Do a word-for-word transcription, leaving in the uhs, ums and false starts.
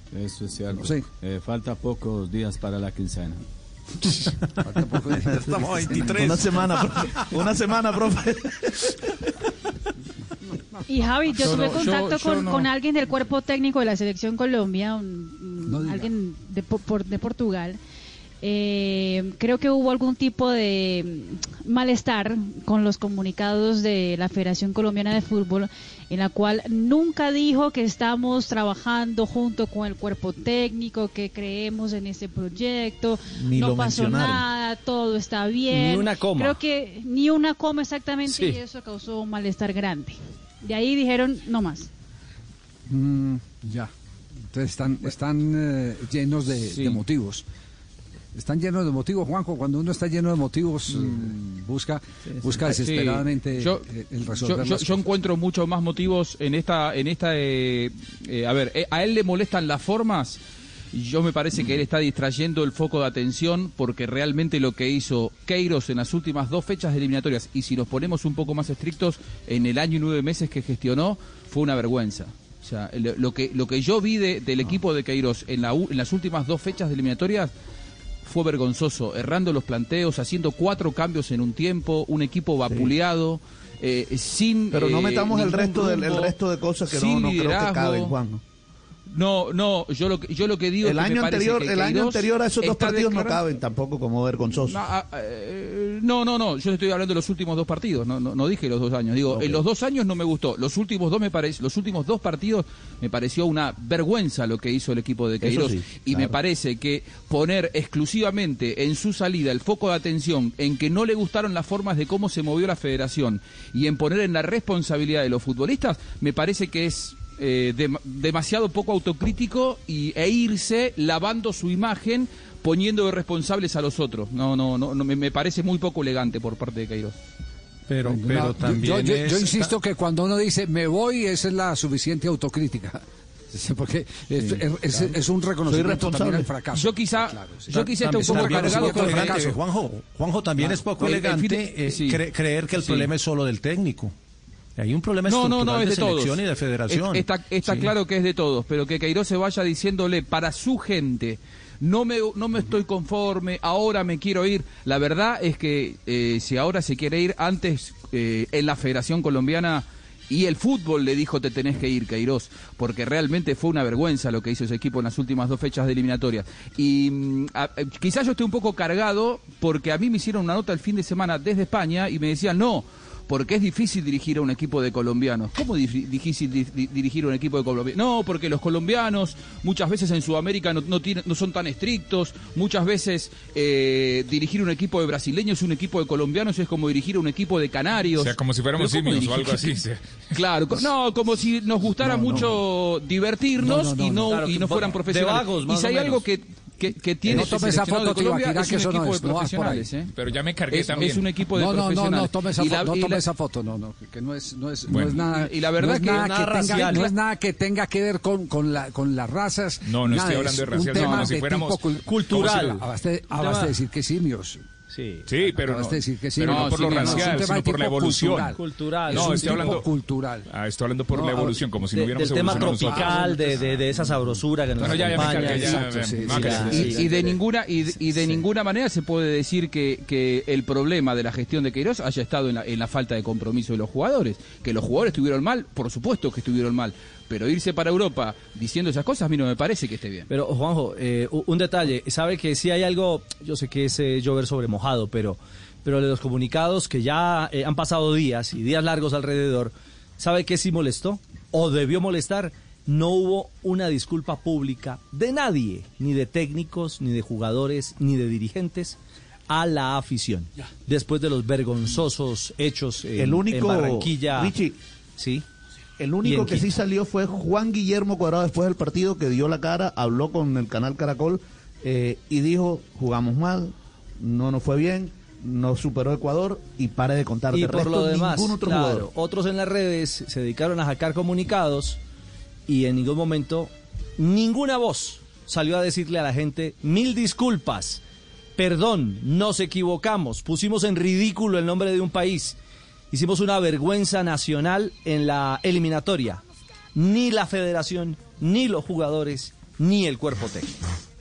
Eso es cierto. Sí. Eh, falta pocos días para la quincena. Falta poco de- Estamos a veintitrés. Una semana, profe. Una semana, profe. Y Javi, yo, Yo tuve no, contacto yo- yo con, no. con alguien del cuerpo técnico de la Selección Colombia, un- No diga. alguien de, po- por- de Portugal. Eh, creo que hubo algún tipo de mm, malestar con los comunicados de la Federación Colombiana de Fútbol, en la cual nunca dijo que estamos trabajando junto con el cuerpo técnico, que creemos en este proyecto, Ni no lo pasó mencionaron. nada, todo está bien. Ni una coma. Creo que ni una coma exactamente, Sí. y eso causó un malestar grande. De ahí dijeron, no más. Mm, ya. Entonces están, están eh, llenos de, Sí. de motivos. Están llenos de motivos, Juanjo. Cuando uno está lleno de motivos, eh, busca, busca desesperadamente Sí. Yo- eh, el Yo, resolver yo- las yo cosas. encuentro muchos más motivos en esta, en esta, eh, eh, a ver, eh, a él le molestan las formas. Y yo me parece que él está distrayendo el foco de atención porque realmente lo que hizo Queiroz en las últimas dos fechas eliminatorias, y si nos ponemos un poco más estrictos, en el año y nueve meses que gestionó, fue una vergüenza. O sea, lo, lo que lo que yo vi de- del equipo de Queiroz en, la, u- en las últimas dos fechas de eliminatorias fue vergonzoso, errando los planteos, haciendo cuatro cambios en un tiempo, un equipo vapuleado, eh, sin Pero no eh, metamos el ningún resto, del, el rumbo, resto de cosas que no, sin no creo que liderazgo. caben, Juan. No, no, yo lo que, yo lo que digo El es que año me parece anterior, que el año Queiroz anterior a esos dos está partidos no declarando- caben tampoco como vergonzosos. No, ah, eh, no, no, no, yo estoy hablando de los últimos dos partidos, no, no, no dije los dos años, digo, Ok. en los dos años no me gustó, los últimos dos me parece, los últimos dos partidos me pareció una vergüenza lo que hizo el equipo de Queiroz, sí, y claro. me parece que poner exclusivamente en su salida el foco de atención en que no le gustaron las formas de cómo se movió la federación y en poner en la responsabilidad de los futbolistas, me parece que es eh, dem- demasiado poco autocrítico y, e irse lavando su imagen poniendo de responsables a los otros. No, no, no, no me, me parece muy poco elegante por parte de Queiroz. Pero, No, pero yo- también yo, yo- es- yo insisto que cuando uno dice me voy, esa es la suficiente autocrítica. Sí, porque es, es- es un reconocimiento responsable. también al fracaso. Yo quizá, Ah, claro, sí. yo quizá esté un También- poco también es cargado poco con el elegante, fracaso. Juanjo, Juanjo también es poco el- el fin elegante de- eh, sí. cre- creer que el Sí. problema es solo del técnico. Hay un problema No, estructural no, no, es de, de todos. selección y de federación. Es- Está, está Sí. claro que es de todos, pero que Queiroz se vaya diciéndole para su gente, no me, no me estoy conforme, ahora me quiero ir. La verdad es que eh, si ahora se quiere ir, antes eh, en la Federación Colombiana y el fútbol le dijo te tenés que ir, Queiroz, porque realmente fue una vergüenza lo que hizo ese equipo en las últimas dos fechas de eliminatorias. Y mm, a- eh, quizás yo esté un poco cargado porque a mí me hicieron una nota el fin de semana desde España y me decían no, porque es difícil dirigir a un equipo de colombianos. ¿Cómo dif- difícil di- di- dirigir a un equipo de colombianos? No, porque los colombianos muchas veces en Sudamérica no, no, tienen- no son tan estrictos, muchas veces eh, dirigir un equipo de brasileños y un equipo de colombianos es como dirigir a un equipo de canarios. O sea, como si fuéramos Pero ¿cómo simios o dirigir? algo así. sí. Claro, co- no, como si nos gustara No, no. mucho divertirnos No, no, no, y no, Claro, y no de fueran profesionales. vagos, más y si o hay menos. algo que, que, que tiene No este tome esa seleccionado foto, de Colombia, Tibaquirá, es que un eso no equipo es, de no vas por ahí. profesionales, ¿eh? Pero ya me cargué Es, también. es un equipo de No, no, no, profesionales. no tome esa, Y la- fo- no y tome la- esa foto, no, no, que no es, no es, Bueno. no es nada, Y la verdad no es que nada nada que tenga, racial. no es nada que tenga que ver con, con, la, con las razas. No, no nada, estoy hablando es de racial, un no, tema como si de fuéramos- tipo cul- cultural. como si- Abaste, Un abaste tema- de decir que simios. Sí. Sí, pero Acabas no, de decir que sí. pero No, no por sí, lo no, no, es un racial, tema sino de por la tipo evolución. cultural. Cultural. Es No, un estoy tipo hablando- cultural. Ah, estoy hablando por No, la a ver, evolución, como si no De- hubiéramos del tema evolucionado nosotros. tropical, de, de, de esa sabrosura que nos Bueno, ya, ya me acompaña. cargué, ya, Exacto, me- sí, me sí, va a ya, caer. Y, sí, y de sí. ninguna y, y de ninguna manera se puede decir que, que el problema de la gestión de Queiroz haya estado en la, en la falta de compromiso de los jugadores. Que los jugadores estuvieron mal, por supuesto que estuvieron mal, pero irse para Europa diciendo esas cosas a mí no me parece que esté bien. Pero, Juanjo, eh, u- un detalle. Sabe que si hay algo, yo sé que es eh, llover sobre mojado, pero, pero de los comunicados que ya eh, han pasado días y días largos alrededor, ¿sabe qué sí molestó? ¿O debió molestar? No hubo una disculpa pública de nadie, ni de técnicos, ni de jugadores, ni de dirigentes, a la afición. Después de los vergonzosos hechos en, El único, en Barranquilla. Richie, Sí. el ¿Y único en que sí Quito? salió fue Juan Guillermo Cuadrado después del partido, que dio la cara, habló con el canal Caracol eh, y dijo, jugamos mal, no nos fue bien, nos superó Ecuador y pare de contar. Y De por resto, lo demás, ningún otro claro, jugador. otros en las redes se dedicaron a sacar comunicados y en ningún momento ninguna voz salió a decirle a la gente mil disculpas, perdón, nos equivocamos, pusimos en ridículo el nombre de un país, hicimos una vergüenza nacional en la eliminatoria. Ni la federación, ni los jugadores, ni el cuerpo técnico.